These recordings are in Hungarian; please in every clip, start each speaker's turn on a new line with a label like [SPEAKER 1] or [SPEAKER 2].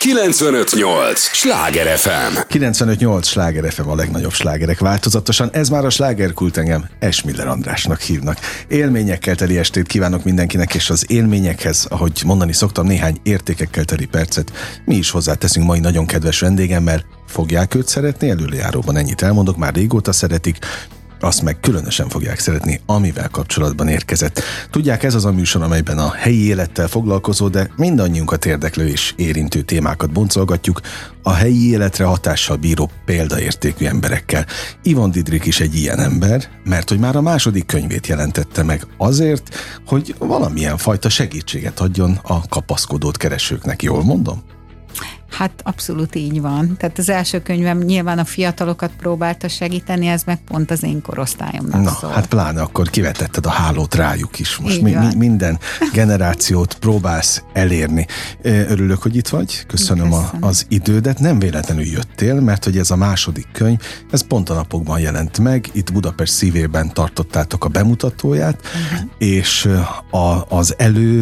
[SPEAKER 1] 95.8 Sláger FM.
[SPEAKER 2] 95.8 Sláger FM, a legnagyobb slágerek változatosan. Ez már a slágerkult, engem Esmiller Andrásnak hívnak. Élményekkel teli estét kívánok mindenkinek, és az élményekhez, ahogy mondani szoktam, néhány értékekkel teli percet mi is hozzáteszünk mai nagyon kedves vendégemmel. Fogják őt szeretni? Előjáróban ennyit elmondok, már régóta szeretik, azt meg különösen fogják szeretni, amivel kapcsolatban érkezett. Tudják, ez az a műsor, amelyben a helyi élettel foglalkozó, de mindannyiunkat érdeklő és érintő témákat boncolgatjuk a helyi életre hatással bíró példaértékű emberekkel. Ivan Didrik is egy ilyen ember, mert hogy már a második könyvét jelentette meg azért, hogy valamilyen fajta segítséget adjon a kapaszkodót keresőknek. Jól mondom?
[SPEAKER 3] Hát abszolút így van. Tehát az első könyvem nyilván a fiatalokat próbálta segíteni, ez meg pont az én korosztályomnak szól.
[SPEAKER 2] Hát pláne akkor kivetetted a hálót rájuk is. Most
[SPEAKER 3] minden
[SPEAKER 2] generációt próbálsz elérni. Örülök, hogy itt vagy. Köszönöm. Az idődet. Nem véletlenül jöttél, mert hogy ez a második könyv, ez pont a napokban jelent meg. Itt Budapest szívében tartottátok a bemutatóját, és az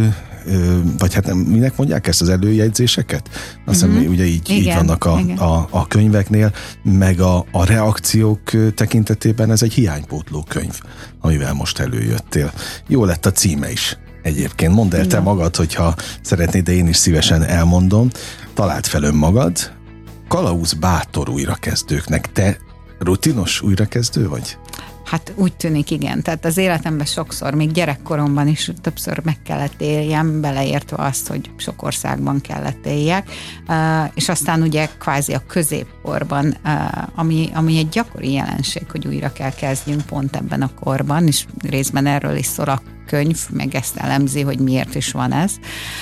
[SPEAKER 2] vagy hát minek mondják ezt, az előjegyzéseket? Azt hiszem, ugye így vannak a könyveknél, meg a reakciók tekintetében ez egy hiánypótló könyv, amivel most előjöttél. Jó lett a címe is egyébként. Mondd el te magad, hogyha szeretnéd, de én is szívesen elmondom. Találd fel önmagad, kalauz bátor újrakezdőknek. Te rutinos újrakezdő vagy?
[SPEAKER 3] Hát úgy tűnik, igen. Tehát az életemben sokszor, még gyerekkoromban is többször meg kellett éljem, beleértve azt, hogy sok országban kellett éljek, és aztán ugye kvázi a középkorban, ami egy gyakori jelenség, hogy újra kell kezdjünk pont ebben a korban, és részben erről is szól a könyv, meg ezt elemzi, hogy miért is van ez.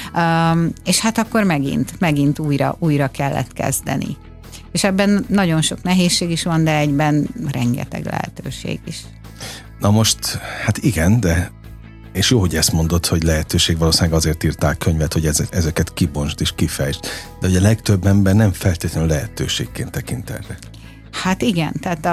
[SPEAKER 3] És hát akkor megint újra kellett kezdeni. És ebben nagyon sok nehézség is van, de egyben rengeteg lehetőség is.
[SPEAKER 2] Na most, hát igen, de és jó, hogy ezt mondod, hogy lehetőség, valószínűleg azért írták könyvet, hogy ezeket kibontsd és kifejtsd. De ugye a legtöbb ember nem feltétlenül lehetőségként tekint erre.
[SPEAKER 3] Hát igen, tehát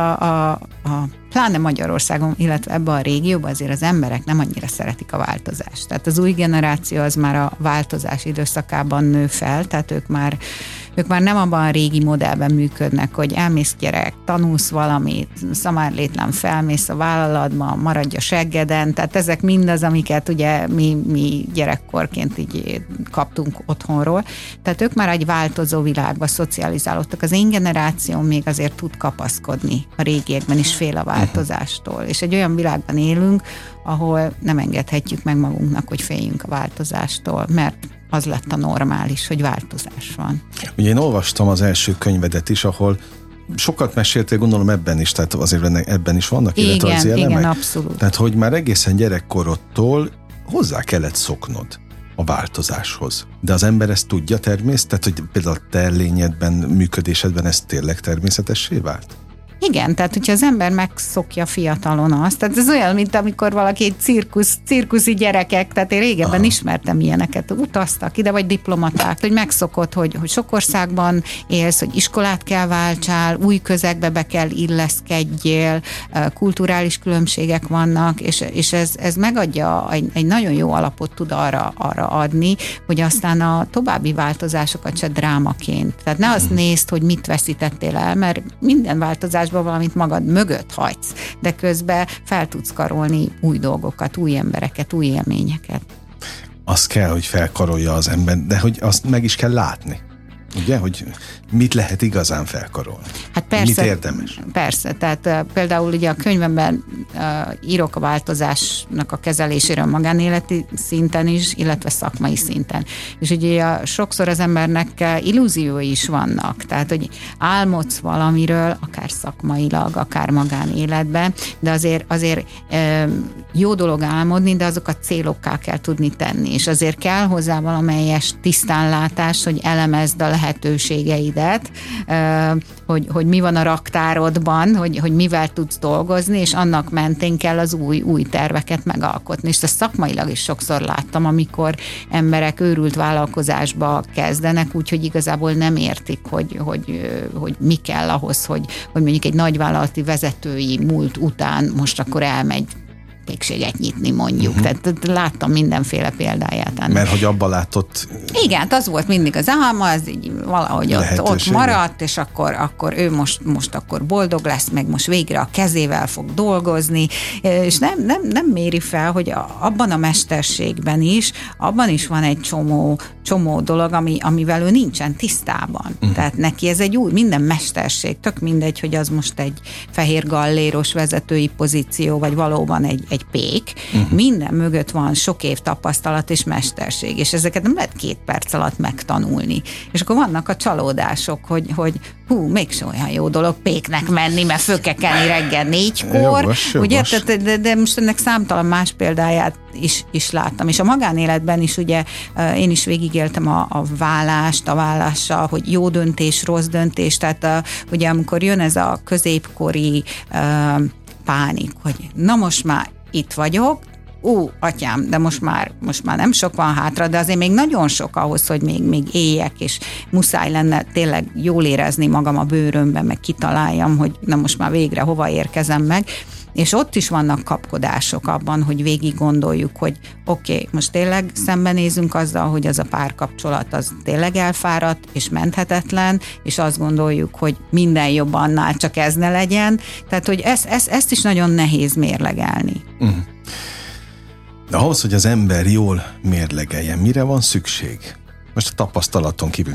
[SPEAKER 3] pláne Magyarországon, illetve ebben a régióban azért az emberek nem annyira szeretik a változást. Tehát az új generáció az már a változás időszakában nő fel, tehát ők már nem abban a régi modellben működnek, hogy elmész gyerek, tanulsz valamit, szamárlétlen felmész a vállalatba, maradj a seggeden, tehát ezek mindaz, amiket ugye mi gyerekkorként így kaptunk otthonról. Tehát ők már egy változó világba szocializálódtak. Az én generáció még azért tud kapaszkodni a régiekben is fél a változástól. És egy olyan világban élünk, ahol nem engedhetjük meg magunknak, hogy féljünk a változástól, mert az lett a normális, hogy változás van.
[SPEAKER 2] Ugye én olvastam az első könyvedet is, ahol sokat meséltél, gondolom ebben is, tehát azért ebben is vannak életrajzi elemek.
[SPEAKER 3] Igen, abszolút.
[SPEAKER 2] Tehát, hogy már egészen gyerekkorodtól hozzá kellett szoknod a változáshoz. De az ember ezt tudja tehát, hogy például a te lényedben, működésedben ez tényleg természetessé vált?
[SPEAKER 3] Igen, tehát hogyha az ember megszokja fiatalon azt, tehát ez olyan, mint amikor valaki egy cirkuszi gyerekek, tehát én régebben ismertem ilyeneket, utaztak ide, vagy diplomaták, hogy megszokott, hogy sok országban élsz, hogy iskolát kell váltsál, új közegbe be kell illeszkedjél, kulturális különbségek vannak, és ez megadja, egy nagyon jó alapot tud arra adni, hogy aztán a további változásokat se drámaként. Tehát ne azt nézd, hogy mit veszítettél el, mert minden változás valamit magad mögött hagysz, de közben fel tudsz karolni új dolgokat, új embereket, új élményeket.
[SPEAKER 2] Az kell, hogy felkarolja az ember, de hogy azt meg is kell látni. Ugye, hogy mit lehet igazán felkarolni?
[SPEAKER 3] Hát persze,
[SPEAKER 2] mit érdemes?
[SPEAKER 3] Persze, tehát például ugye a könyvemben írok a változásnak a kezeléséről magánéleti szinten is, illetve szakmai szinten. És ugye sokszor az embernek illúziói is vannak, tehát hogy álmodsz valamiről, akár szakmailag, akár magánéletben, de azért jó dolog álmodni, de azokat célokká kell tudni tenni, és azért kell hozzá valamelyes tisztánlátás, hogy elemezd a lehetőségeidet, hogy mi van a raktárodban, hogy mivel tudsz dolgozni, és annak mentén kell az új terveket megalkotni. És ezt szakmailag is sokszor láttam, amikor emberek őrült vállalkozásba kezdenek, úgyhogy igazából nem értik, hogy mi kell ahhoz, hogy mondjuk egy nagyvállalati vezetői múlt után most akkor elmegy pékséget nyitni mondjuk. Tehát láttam mindenféle példáját ennek.
[SPEAKER 2] Mert hogy abban látott...
[SPEAKER 3] Igen, az volt mindig az álma, ez így valahogy ott maradt, és akkor ő most akkor boldog lesz, meg most végre a kezével fog dolgozni, és nem méri fel, hogy abban a mesterségben is, abban is van egy csomó dolog, amivel ő nincsen tisztában. Tehát neki ez egy új, minden mesterség, tök mindegy, hogy az most egy fehér galléros vezetői pozíció, vagy valóban egy pék. Minden mögött van sok év tapasztalat és mesterség, és ezeket nem lehet 2 perc alatt megtanulni. És akkor vannak a csalódások, hogy mégse olyan jó dolog péknek menni, mert föl kell kelni reggel 4-kor, ugye? De most ennek számtalan más példáját is láttam. És a magánéletben is ugye én is végigéltem a vállással, hogy jó döntés, rossz döntés, tehát ugye amikor jön ez a középkori pánik, hogy na most már itt vagyok, atyám, de most már nem sok van hátra, de azért még nagyon sok ahhoz, hogy még éljek, és muszáj lenne tényleg jól érezni magam a bőrömben, meg kitaláljam, hogy na most már végre hova érkezem meg. És ott is vannak kapkodások abban, hogy végig gondoljuk, hogy oké, most tényleg szembenézünk azzal, hogy az a párkapcsolat az tényleg elfáradt és menthetetlen, és azt gondoljuk, hogy minden jobb annál, csak ez ne legyen. Tehát, hogy ezt is nagyon nehéz mérlegelni.
[SPEAKER 2] De ahhoz, hogy az ember jól mérlegeljen, mire van szükség? Most a tapasztalaton kívül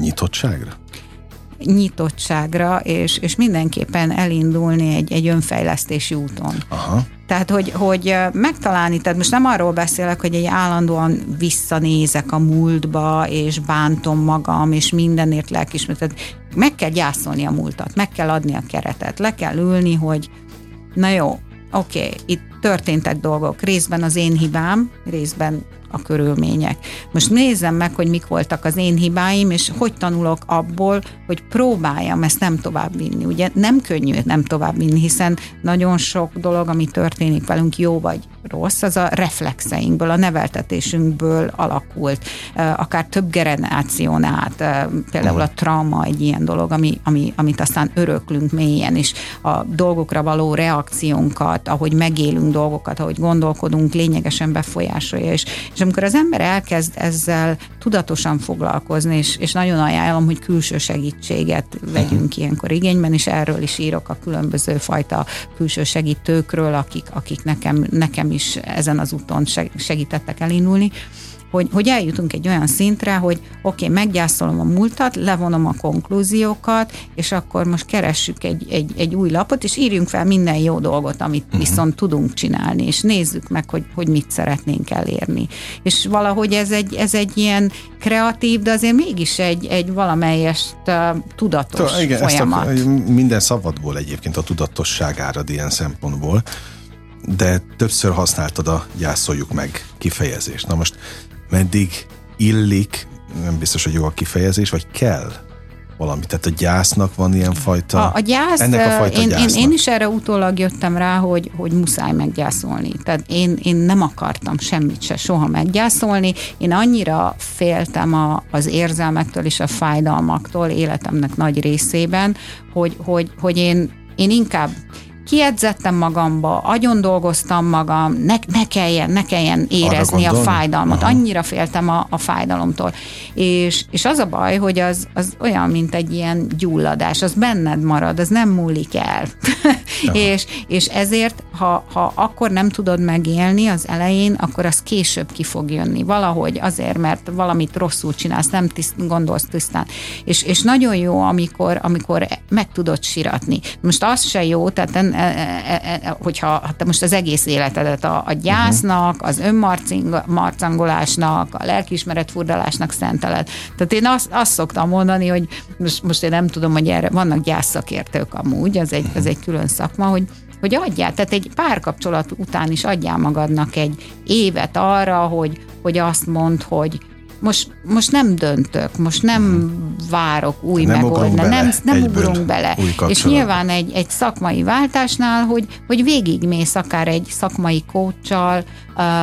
[SPEAKER 2] nyitottságra, és mindenképpen elindulni egy önfejlesztési úton. Aha. Tehát, hogy megtalálni, tehát most nem arról beszélek, hogy egy állandóan visszanézek a múltba, és bántom magam, és mindenért lelkiismeret. Meg kell gyászolni a múltat, meg kell adni a keretet, le kell ülni, hogy na jó, oké, itt történtek dolgok, részben az én hibám, részben a körülmények. Most nézzem meg, hogy mik voltak az én hibáim, és hogy tanulok abból, hogy próbáljam ezt nem tovább vinni. Ugye nem könnyű nem tovább vinni, hiszen nagyon sok dolog, ami történik velünk, jó vagy rossz, az a reflexeinkből, a neveltetésünkből alakult, akár több generáción át, például a trauma egy ilyen dolog, amit aztán öröklünk mélyen, és a dolgokra való reakciónkat, ahogy megélünk dolgokat, ahogy gondolkodunk, lényegesen befolyásolja, és amikor az ember elkezd ezzel tudatosan foglalkozni, és nagyon ajánlom, hogy külső segítséget vegyünk ilyenkor igényben, és erről is írok a különböző fajta külső segítőkről, akik nekem is ezen az úton segítettek elindulni, hogy eljutunk egy olyan szintre, hogy oké, meggyászolom a múltat, levonom a konklúziókat, és akkor most keressük egy új lapot, és írjunk fel minden jó dolgot, amit viszont tudunk csinálni, és nézzük meg, hogy mit szeretnénk elérni. És valahogy ez egy ilyen kreatív, de azért mégis egy valamelyest tudatos folyamat. Minden szavadból egyébként a tudatosság árad ilyen szempontból, de többször használtad a gyászoljuk meg kifejezést. Na most meddig illik, nem biztos, hogy jó a kifejezés, vagy kell valami? Tehát a gyásznak van ilyen fajta...
[SPEAKER 3] A gyász,
[SPEAKER 2] ennek a fajta gyásznak.
[SPEAKER 3] Én is erre utólag jöttem rá, hogy muszáj meggyászolni. Tehát én nem akartam semmit se soha meggyászolni. Én annyira féltem az érzelmektől és a fájdalmaktól életemnek nagy részében, hogy én inkább kiedzettem magamba, agyon dolgoztam magam, ne kelljen érezni a fájdalmat. Aha. Annyira féltem a fájdalomtól. És az a baj, hogy az olyan, mint egy ilyen gyulladás, az benned marad, az nem múlik el. és ezért, ha akkor nem tudod megélni az elején, akkor az később ki fog jönni. Valahogy azért, mert valamit rosszul csinálsz, nem gondolsz tisztán. És nagyon jó, amikor meg tudod siratni. Most az se jó, tehát hogyha te most az egész életedet a gyásznak, az önmarcangolásnak, a lelkiismeretfurdalásnak szenteled. Tehát én azt szoktam mondani, hogy most én nem tudom, hogy erre vannak gyászszakértők amúgy, ez egy külön szakma, hogy adjál, tehát egy párkapcsolat után is adjál magadnak egy évet arra, hogy azt mondd, hogy most nem döntök, most nem várok új megoldást, nem ugrunk bele. És nyilván egy szakmai váltásnál, hogy végigmész akár egy szakmai coachal,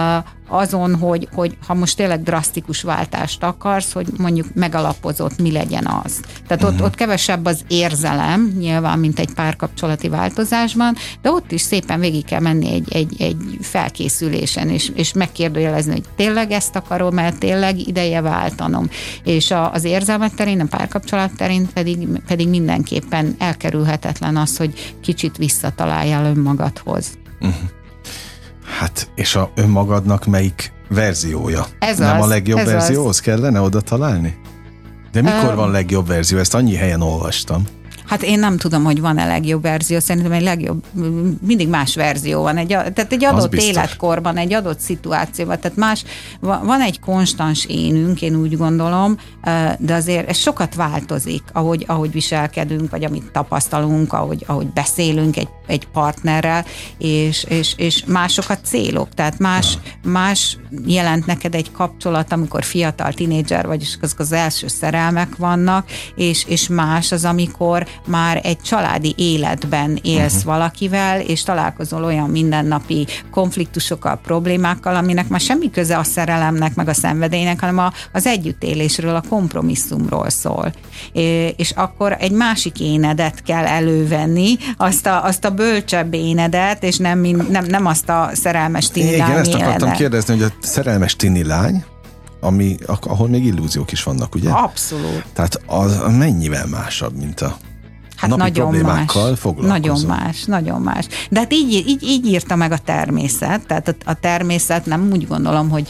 [SPEAKER 3] azon, hogy ha most tényleg drasztikus váltást akarsz, hogy mondjuk megalapozott, mi legyen az. Tehát ott kevesebb az érzelem, nyilván, mint egy párkapcsolati változásban, de ott is szépen végig kell menni egy felkészülésen, és megkérdőjelezni, hogy tényleg ezt akarom, mert tényleg ideje váltanom. És az érzelmek terén, a párkapcsolat terén pedig mindenképpen elkerülhetetlen az, hogy kicsit visszataláljál önmagadhoz.
[SPEAKER 2] Hát, és a önmagadnak melyik verziója? Nem
[SPEAKER 3] az,
[SPEAKER 2] a legjobb verzióhoz kellene oda találni? De mikor van legjobb verzió? Ezt annyi helyen olvastam.
[SPEAKER 3] Hát én nem tudom, hogy van-e legjobb verzió, szerintem egy legjobb, mindig más verzió van. Tehát egy adott életkorban, egy adott szituációban, tehát van egy konstans énünk, én úgy gondolom, de azért ez sokat változik, ahogy viselkedünk, vagy amit tapasztalunk, ahogy beszélünk egy partnerrel, és mások a célok, tehát más jelent neked egy kapcsolat, amikor fiatal, tinédzser vagy, és azok az első szerelmek vannak, és más az, amikor már egy családi életben élsz valakivel, és találkozol olyan mindennapi konfliktusokkal, problémákkal, aminek már semmi köze a szerelemnek, meg a szenvedélynek, hanem az együttélésről, a kompromisszumról szól. És akkor egy másik énedet kell elővenni, azt a bölcsebb énedet, és nem azt a szerelmes tini lány.
[SPEAKER 2] Igen, ezt akartam kérdezni, hogy a szerelmes tini lány, ahol még illúziók is vannak, ugye?
[SPEAKER 3] Abszolút.
[SPEAKER 2] Tehát az mennyivel másabb, mint a napi problémákkal foglalkozom.
[SPEAKER 3] Nagyon más. De hát így írta meg a természet. Tehát a természet, nem úgy gondolom, hogy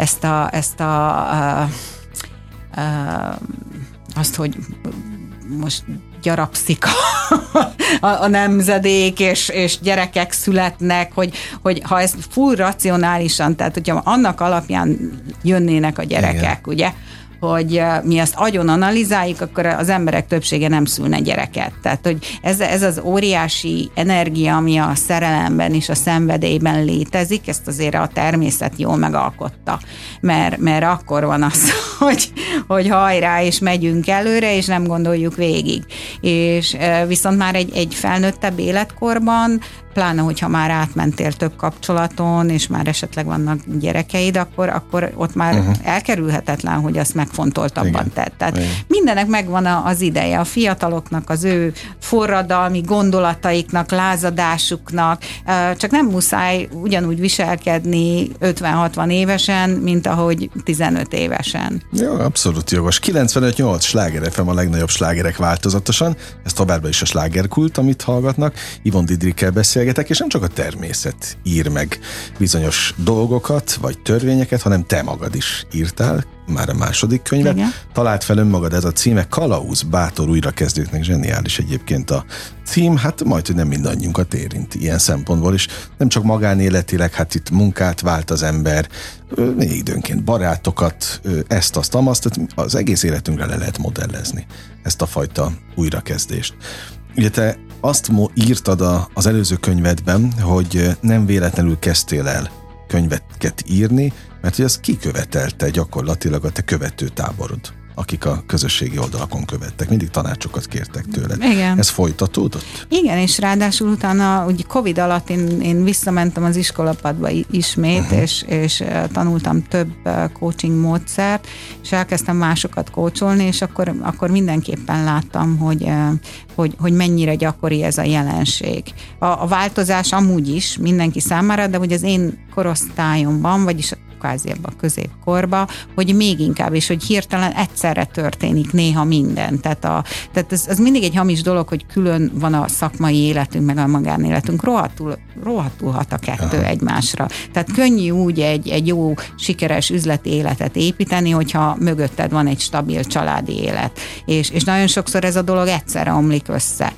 [SPEAKER 3] azt, hogy most gyarapszik a nemzedék, és gyerekek születnek, hogy ha ez full racionálisan, tehát hogyha annak alapján jönnének a gyerekek, igen, ugye, hogy mi ezt agyon analizáljuk, akkor az emberek többsége nem szülne gyereket. Tehát, hogy ez az óriási energia, ami a szerelemben és a szenvedélyben létezik, ezt azért a természet jól megalkotta. Mert akkor van az, hogy hajrá, és megyünk előre, és nem gondoljuk végig. És viszont már egy felnőttebb életkorban, pláne, hogyha már átmentél több kapcsolaton, és már esetleg vannak gyerekeid, akkor ott már elkerülhetetlen, hogy azt megfontoltabban tett. Tehát mindennek megvan az ideje. A fiataloknak, az ő forradalmi gondolataiknak, lázadásuknak, csak nem muszáj ugyanúgy viselkedni 50-60 évesen, mint ahogy 15 évesen.
[SPEAKER 2] Jó, abszolút jogos. 95-8 Sláger FM, a legnagyobb slágerek változatosan. Ez továbbra is a slágerkult, amit hallgatnak. Ivon Didrikkel beszélgetek, és nem csak a természet ír meg bizonyos dolgokat, vagy törvényeket, hanem te magad is írtál, már a második könyvet. Igen. Találd fel önmagad, ez a címe, Kalauz, bátor újrakezdőknek, zseniális egyébként a cím, hát majd, hogy nem mindannyiunkat érint ilyen szempontból is. Nem csak magánéletileg, hát itt munkát vált az ember, időnként barátokat, ezt, azt, az egész életünkre le lehet modellezni ezt a fajta újrakezdést. Ugye te azt írtad az előző könyvedben, hogy nem véletlenül kezdtél el könyveket írni, mert hogy az kikövetelte gyakorlatilag a te követő táborod, akik a közösségi oldalakon követtek. Mindig tanácsokat kértek tőled.
[SPEAKER 3] Igen.
[SPEAKER 2] Ez folytatódott?
[SPEAKER 3] Igen, és ráadásul utána, ugye Covid alatt én visszamentem az iskolapadba ismét, és tanultam több coaching módszert, és elkezdtem másokat coacholni, és akkor mindenképpen láttam, hogy mennyire gyakori ez a jelenség. A változás amúgy is mindenki számára, de hogy az én korosztályomban, vagyis kvázi ebben a középkorba, hogy még inkább, és hogy hirtelen egyszerre történik néha minden. Tehát ez mindig egy hamis dolog, hogy külön van a szakmai életünk, meg a magánéletünk. Rohadtul hat a kettő egymásra. Tehát könnyű úgy egy jó, sikeres üzleti életet építeni, hogyha mögötted van egy stabil családi élet. És nagyon sokszor ez a dolog egyszerre omlik össze.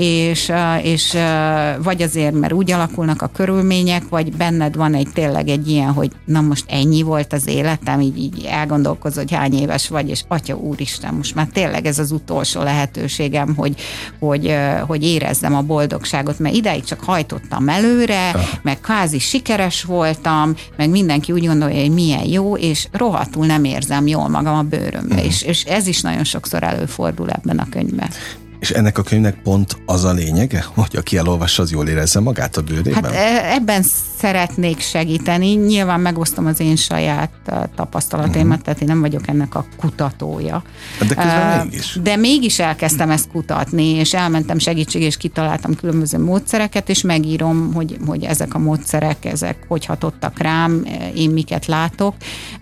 [SPEAKER 3] És vagy azért, mert úgy alakulnak a körülmények, vagy benned van tényleg egy ilyen, hogy na most ennyi volt az életem, így elgondolkozol, hogy hány éves vagy, és atya úristen, most már tényleg ez az utolsó lehetőségem, hogy érezzem a boldogságot, mert ideig csak hajtottam előre, meg kvázi sikeres voltam, meg mindenki úgy gondolja, hogy milyen jó, és rohadtul nem érzem jól magam a bőrömbe, és ez is nagyon sokszor előfordul ebben a könyvben.
[SPEAKER 2] És ennek a könyvnek pont az a lényege, hogy aki elolvassa, az jól érezze magát a bőrében?
[SPEAKER 3] Hát ebben szeretnék segíteni. Nyilván megosztom az én saját tapasztalataimat, tehát én nem vagyok ennek a kutatója.
[SPEAKER 2] De közben mégis.
[SPEAKER 3] De mégis elkezdtem ezt kutatni, és elmentem segítség, és kitaláltam különböző módszereket, és megírom, hogy ezek a módszerek, ezek hogy hatottak rám, én miket látok.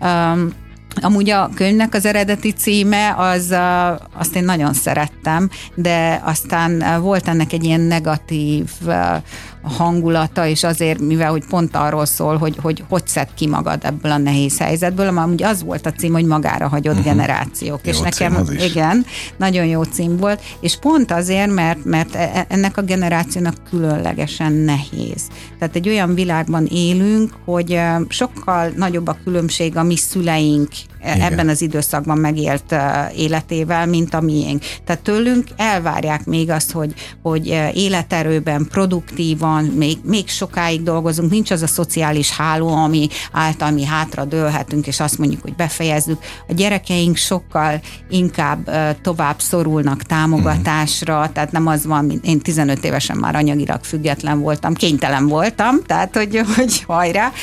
[SPEAKER 3] Amúgy a könyvnek az eredeti címe, azt én nagyon szerettem, de aztán volt ennek egy ilyen negatív hangulata, és azért, mivel hogy pont arról szól, hogy szed ki magad ebből a nehéz helyzetből, amúgy az volt a cím, hogy magára hagyott generációk.
[SPEAKER 2] Jó
[SPEAKER 3] és nekem, igen, nagyon jó cím volt, és pont azért, mert ennek a generációnak különlegesen nehéz. Tehát egy olyan világban élünk, hogy sokkal nagyobb a különbség a mi szüleink ebben az időszakban megélt életével, mint a miénk. Tehát tőlünk elvárják még azt, hogy életerőben, produktívan, még sokáig dolgozunk, nincs az a szociális háló, ami által mi hátra dőlhetünk, és azt mondjuk, hogy befejezzük. A gyerekeink sokkal inkább tovább szorulnak támogatásra, tehát nem az van, mint én 15 évesen már anyagilag független voltam, kénytelen voltam, tehát hogy hajrá.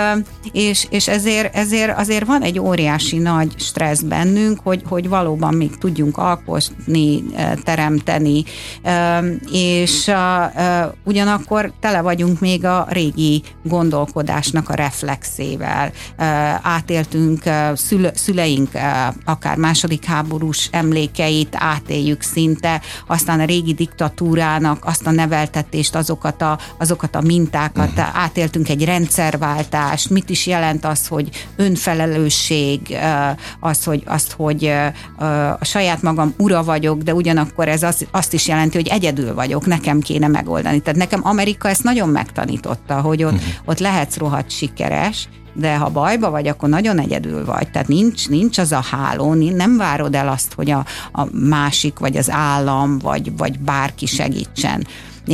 [SPEAKER 3] És ezért azért van egy óriási nagy stressz bennünk, hogy valóban még tudjunk alkotni, teremteni, és ugyanakkor tele vagyunk még a régi gondolkodásnak a reflexével. Átéltünk szüleink akár második háborús emlékeit, átéljük szinte, aztán a régi diktatúrának azt a neveltetést, azokat a mintákat, átéltünk egy rendszerváltást, mit is jelent az, hogy önfelelősség, hogy a saját magam ura vagyok, de ugyanakkor ez azt is jelenti, hogy egyedül vagyok, nekem kéne megoldani. Tehát nekem Amerika ezt nagyon megtanította, hogy ott lehetsz rohadt sikeres, de ha bajba vagy, akkor nagyon egyedül vagy. Tehát nincs az a háló, nem várod el azt, hogy a másik, vagy az állam, vagy bárki segítsen.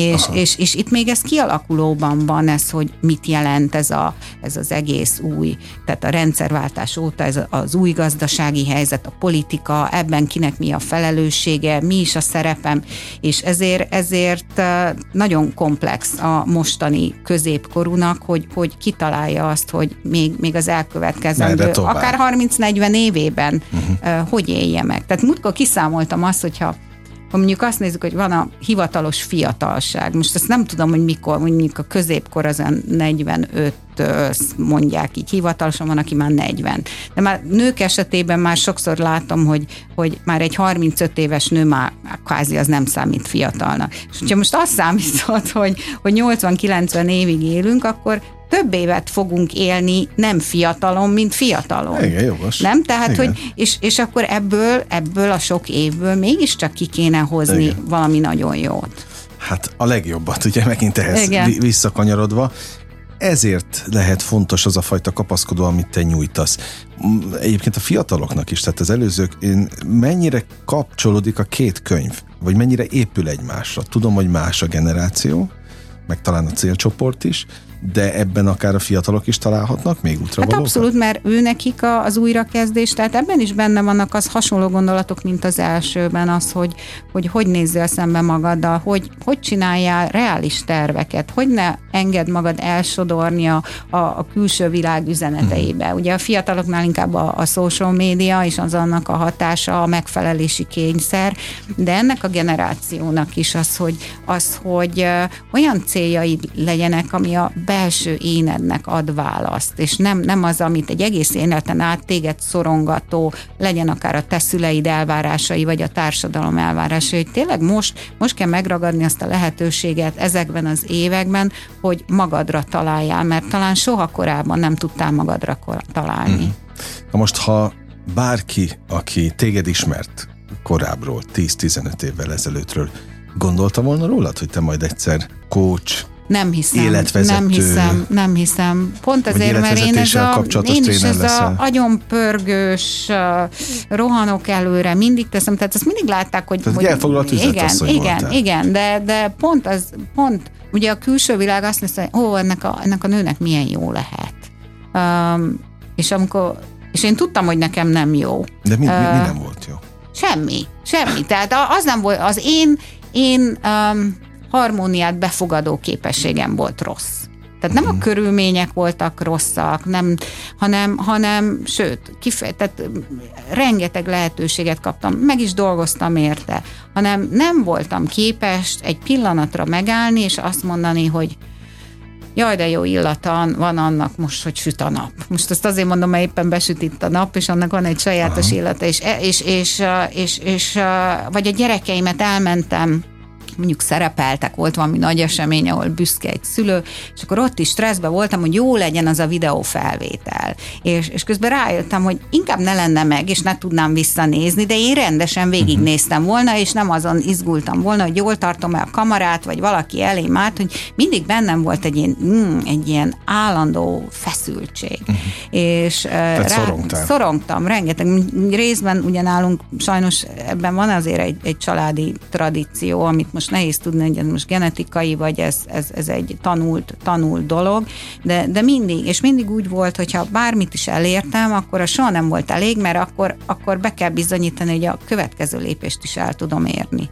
[SPEAKER 3] És itt még ez kialakulóban van ez, hogy mit jelent ez az egész új, tehát a rendszerváltás óta ez az új gazdasági helyzet, a politika, ebben kinek mi a felelőssége, mi is a szerepem, és ezért nagyon komplex a mostani középkorúnak, hogy kitalálja azt, hogy még az elkövetkezendő, akár 30-40 évében hogy élje meg. Tehát múltkor kiszámoltam azt, hogyha mondjuk azt nézzük, hogy van a hivatalos fiatalság. Most ezt nem tudom, hogy mikor, mondjuk a középkor az 45 mondják így hivatalosan, van, aki már 40. De már nők esetében már sokszor látom, hogy már egy 35 éves nő már kvázi az nem számít fiatalnak. És hogyha most azt számítod, hogy 80-90 évig élünk, akkor több évet fogunk élni nem fiatalon, mint fiatalon.
[SPEAKER 2] Igen, jogos.
[SPEAKER 3] Nem? Tehát, igen. És akkor ebből a sok évből mégiscsak ki kéne hozni valami nagyon jót.
[SPEAKER 2] Hát a legjobbat, ugye megint ehhez visszakanyarodva. Ezért lehet fontos az a fajta kapaszkodó, amit te nyújtasz. Egyébként a fiataloknak is, tehát az előzők, mennyire kapcsolódik a két könyv, vagy mennyire épül egymásra? Tudom, hogy más a generáció, meg talán a célcsoport is, de ebben akár a fiatalok is találhatnak még útravalókat?
[SPEAKER 3] Hát abszolút, mert ő nekik az újrakezdés, tehát ebben is benne vannak az hasonló gondolatok, mint az elsőben, az, hogy nézzél szembe magaddal, hogy csináljál reális terveket, hogy ne engedd magad elsodorni a külső világ üzeneteibe. Ugye a fiataloknál inkább a social media és az annak a hatása, a megfelelési kényszer, de ennek a generációnak is az, hogy olyan céljaid legyenek, ami a belső énednek ad választ, és nem az, amit egy egész életen át téged szorongató, legyen akár a te szüleid elvárásai, vagy a társadalom elvárásai, hogy tényleg most kell megragadni azt a lehetőséget ezekben az években, hogy magadra találjál, mert talán soha korábban nem tudtál magadra találni.
[SPEAKER 2] Na most, ha bárki, aki téged ismert korábbról, 10-15 évvel ezelőttről, gondolta volna rólad, hogy te majd egyszer coach,
[SPEAKER 3] nem hiszem,
[SPEAKER 2] életvezető,
[SPEAKER 3] nem hiszem. Pont azért, mert én is ez a agyonpörgős, rohanok előre, mindig teszem, tehát azt mindig látták, hogy
[SPEAKER 2] elfoglalt üzletasszony voltál. Igen,
[SPEAKER 3] de pont ugye a külső világ azt mondja, hogy ennek a nőnek milyen jó lehet. És én tudtam, hogy nekem nem jó.
[SPEAKER 2] De mi nem volt jó?
[SPEAKER 3] Semmi. Tehát az nem volt, az én harmóniát befogadó képességem volt rossz. Tehát nem a körülmények voltak rosszak, hanem sőt, tehát rengeteg lehetőséget kaptam, meg is dolgoztam érte, hanem nem voltam képes egy pillanatra megállni, és azt mondani, hogy jaj, de jó illata van annak most, hogy süt a nap. Most ezt azért mondom, mert éppen besüt itt a nap, és annak van egy sajátos illata, és vagy a gyerekeimet elmentem, mondjuk szerepeltek, volt valami nagy esemény, ahol büszke egy szülő, és akkor ott is stresszben voltam, hogy jó legyen az a videófelvétel. És közben rájöttem, hogy inkább ne lenne meg, és ne tudnám visszanézni, de én rendesen végignéztem volna, és nem azon izgultam volna, hogy jól tartom-e a kamerát, vagy valaki elém állt, hogy mindig bennem volt egy ilyen állandó feszültség. És szorongtam rengeteg. Részben ugyanálunk, sajnos ebben van azért egy családi tradíció, amit most nehéz tudni, hogy ez most genetikai, vagy ez egy tanult dolog, de mindig úgy volt, hogyha bármit is elértem, akkor az soha nem volt elég, mert akkor be kell bizonyítani, hogy a következő lépést is el tudom érni.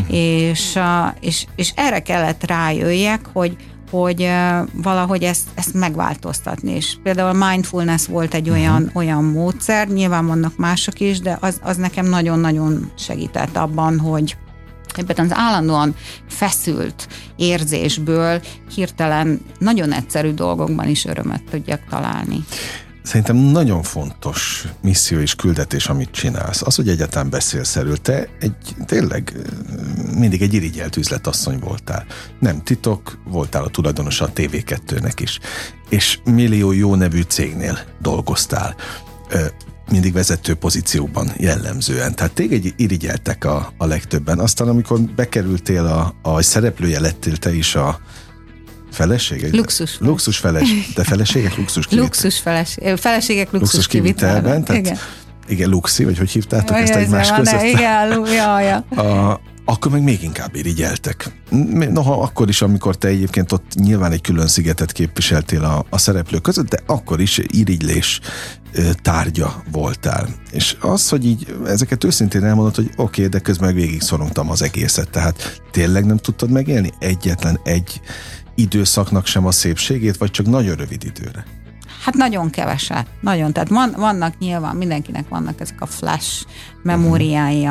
[SPEAKER 3] És erre kellett rájöjjek, hogy valahogy ezt megváltoztatni. És például a mindfulness volt egy olyan módszer, nyilván vannak mások is, de az nekem nagyon-nagyon segített abban, hogy ebben az állandóan feszült érzésből hirtelen nagyon egyszerű dolgokban is örömet tudjak találni.
[SPEAKER 2] Szerintem nagyon fontos misszió és küldetés, amit csinálsz. Az, hogy egyáltalán beszélsz erről. Te tényleg mindig egy irigyelt üzletasszony voltál. Nem titok, voltál a tulajdonosa a TV2-nek is. És millió jó nevű cégnél dolgoztál. Mindig vezető pozícióban jellemzően. Tehát téged irigyeltek a legtöbben. Aztán, amikor bekerültél a szereplője lettél te is a feleségek? Luxus feleség. De feleségek luxus kivitelben?
[SPEAKER 3] Feleségek luxus kivitelben.
[SPEAKER 2] Igen, Luxi, vagy hogy hívtátok ezt egymás között?
[SPEAKER 3] Igen,
[SPEAKER 2] akkor meg még inkább irigyeltek. Noha akkor is, amikor te egyébként ott nyilván egy külön szigetet képviseltél a szereplők között, de akkor is irigylés tárgya voltál. És az, hogy így ezeket őszintén elmondod, hogy oké, de közben meg végig szorongtam az egészet. Tehát tényleg nem tudtad megélni egyetlen egy időszaknak sem a szépségét, vagy csak nagyon rövid időre?
[SPEAKER 3] Hát nagyon keveset. Nagyon. Tehát vannak nyilván, mindenkinek vannak ezek a flash memóriái,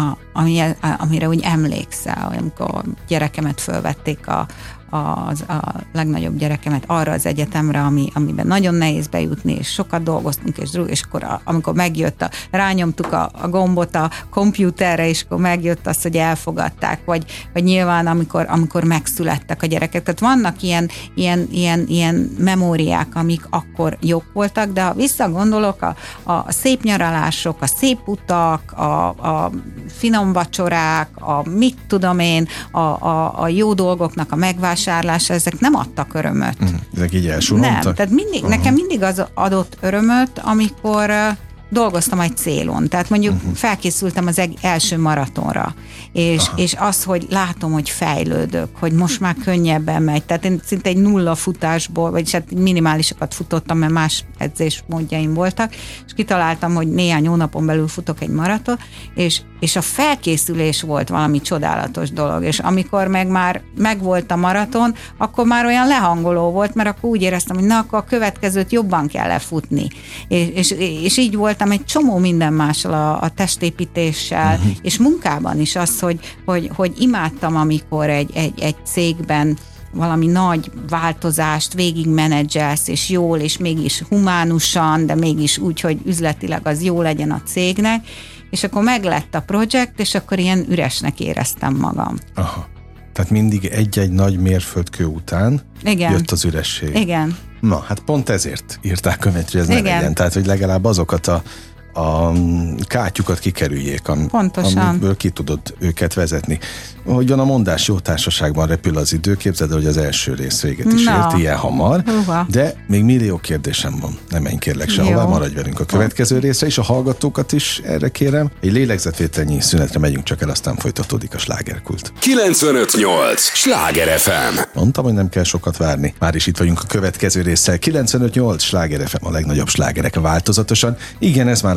[SPEAKER 3] amire úgy emlékszel, amikor a gyerekemet fölvették a legnagyobb gyerekemet arra az egyetemre, amiben nagyon nehéz bejutni, és sokat dolgoztunk, és akkor amikor megjött, rányomtuk a gombot a kompjúterre, és akkor megjött az, hogy elfogadták, vagy nyilván amikor megszülettek a gyerekek. Tehát vannak ilyen memóriák, amik akkor jók voltak, de ha visszagondolok, a szép nyaralások, a szép utak, a finom vacsorák, a mit tudom én, a jó dolgoknak a megvásárlása, ezek nem adtak örömöt.
[SPEAKER 2] Ezek így elsuhantak?
[SPEAKER 3] Nem, tehát nekem mindig az adott örömöt, amikor dolgoztam egy célon. Tehát mondjuk felkészültem az első maratonra, és az, hogy látom, hogy fejlődök, hogy most már könnyebben megy. Tehát én szinte egy nulla futásból, vagyis hát minimálisokat futottam, mert más edzésmódjaim voltak, és kitaláltam, hogy néhány hónapon belül futok egy maraton, és a felkészülés volt valami csodálatos dolog, és amikor már megvolt a maraton, akkor már olyan lehangoló volt, mert akkor úgy éreztem, hogy na, akkor a következőt jobban kell lefutni. És így voltam egy csomó minden mással, a testépítéssel, és munkában is az, hogy imádtam, amikor egy cégben valami nagy változást végigmenedzselsz, és jól, és mégis humánusan, de mégis úgy, hogy üzletileg az jó legyen a cégnek, és akkor meglett a projekt, és akkor ilyen üresnek éreztem magam.
[SPEAKER 2] Aha. Tehát mindig egy-egy nagy mérföldkő után jött az üresség.
[SPEAKER 3] Igen.
[SPEAKER 2] Na, hát pont ezért írták könyvet, hogy ez ne legyen. Tehát, hogy legalább azokat a kátyukat kikerüljék, amiből ki tudod őket vezetni. Hogyan a mondás, jó társaságban repül az idő, képzeld, hogy az első rész véget is ért, ilyen hamar, de még millió kérdésem van. Nem menj kérlek sehová, maradj velünk a következő részre, és a hallgatókat is erre kérem. Egy lélegzetvételnyi szünetre megyünk csak el, aztán folytatódik a slágerkult.
[SPEAKER 1] 95.8 Sláger FM.
[SPEAKER 2] Mondtam, hogy nem kell sokat várni. Már is itt vagyunk a következő résszel. 95.8 Sláger FM, a legnagyobb slágerek változatosan. Igen, ez már a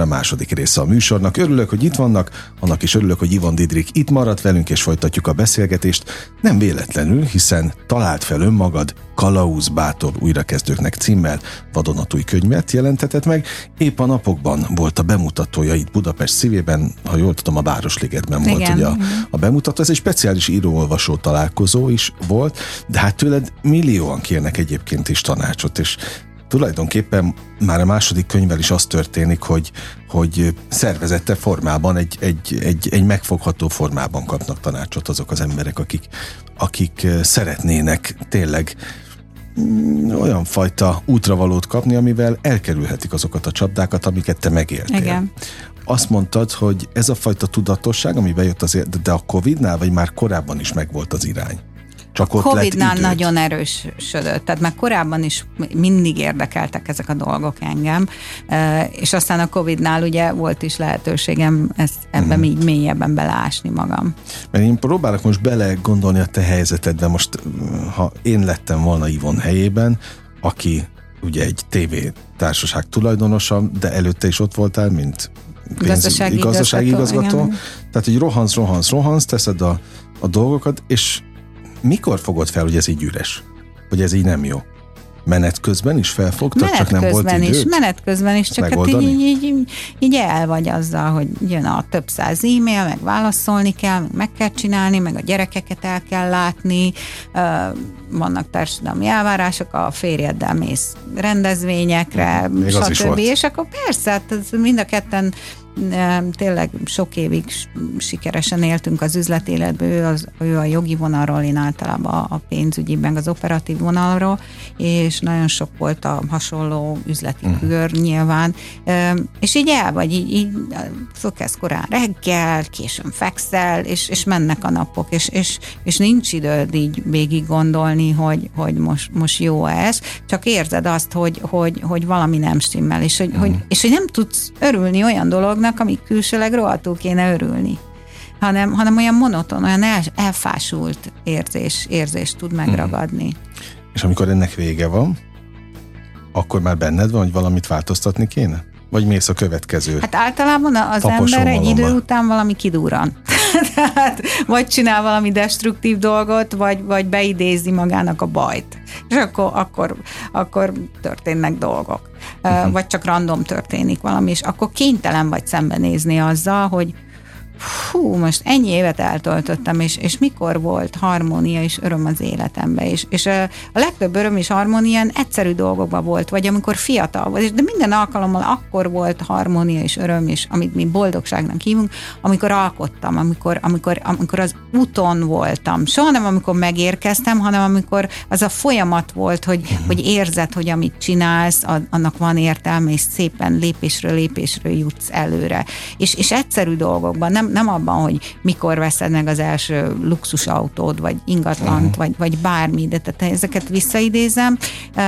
[SPEAKER 2] a második része a műsornak. Örülök, hogy itt vannak, annak is örülök, hogy Ivon Didrik itt maradt velünk, és folytatjuk a beszélgetést. Nem véletlenül, hiszen Találd fel önmagad, Kalauz bátor újrakezdőknek címmel vadonatúj könyvet jelentetett meg. Épp a napokban volt a bemutatója itt Budapest szívében, ha jól tudom, a Városligetben volt ugye a bemutató. Ez egy speciális író-olvasó találkozó is volt, de hát tőled millióan kérnek egyébként is tanácsot, és tulajdonképpen már a második könyvvel is az történik, hogy szervezette formában, egy megfogható formában kapnak tanácsot azok az emberek, akik szeretnének tényleg olyan fajta útravalót kapni, amivel elkerülhetik azokat a csapdákat, amiket te megéltél.
[SPEAKER 3] Igen.
[SPEAKER 2] Azt mondtad, hogy ez a fajta tudatosság, ami bejött azért, de a Covid-nál, vagy már korábban is megvolt az irány? Csak ott
[SPEAKER 3] Covid-nál nagyon erősödött, tehát már korábban is mindig érdekeltek ezek a dolgok engem, és aztán a Covid-nál ugye volt is lehetőségem ebben így mélyebben beleásni magam.
[SPEAKER 2] Mert én próbálok most bele gondolni a te helyzetedbe, most ha én lettem volna Ivon helyében, aki ugye egy tévétársaság tulajdonosa, de előtte is ott voltál, mint gazdasági igazgató. Tehát, hogy rohansz, teszed a dolgokat, és mikor fogod fel, hogy ez így üres? Hogy ez így nem jó? Menet közben is felfogtad, csak nem volt időd?
[SPEAKER 3] Menet közben is, csak hát így el vagy azzal, hogy jön a több száz e-mail, meg válaszolni kell, meg kell csinálni, meg a gyerekeket el kell látni, vannak társadalmi elvárások, a férjeddel mész rendezvényekre, stb. És akkor persze, hát mind a ketten tényleg sok évig sikeresen éltünk az üzletéletből, ő a jogi vonalról, én általában a pénzügyi, meg az operatív vonalról, és nagyon sok volt a hasonló üzleti kör nyilván, és így el vagy, így fölkezd korán reggel, későn fekszel, és mennek a napok, és nincs időd így végig gondolni, hogy most jó ez, csak érzed azt, hogy valami nem stimmel, és hogy nem tudsz örülni olyan dolognak, amik külsőleg rohadtul kéne örülni, hanem olyan monoton, olyan elfásult érzést tud megragadni.
[SPEAKER 2] És amikor ennek vége van, akkor már benned van, hogy valamit változtatni kéne? Vagy mész a következő?
[SPEAKER 3] Hát általában az ember egy idő után valami kidurran. Tehát vagy csinál valami destruktív dolgot, vagy beidézi magának a bajt. És akkor történnek dolgok. Vagy csak random történik valami, és akkor kénytelen vagy szembenézni azzal, hogy most ennyi évet eltöltöttem, és mikor volt harmónia és öröm az életemben, és a legtöbb öröm és harmónia egyszerű dolgokban volt, vagy amikor fiatal volt, de minden alkalommal akkor volt harmónia és öröm, és amit mi boldogságnak hívunk, amikor alkottam, amikor az úton voltam. Soha nem amikor megérkeztem, hanem amikor az a folyamat volt, hogy érzed, hogy amit csinálsz, annak van értelme, és szépen lépésről jutsz előre. És egyszerű dolgokban, nem abban, hogy mikor veszed meg az első luxusautód, vagy ingatlant, vagy bármi, de tehát ezeket visszaidézem,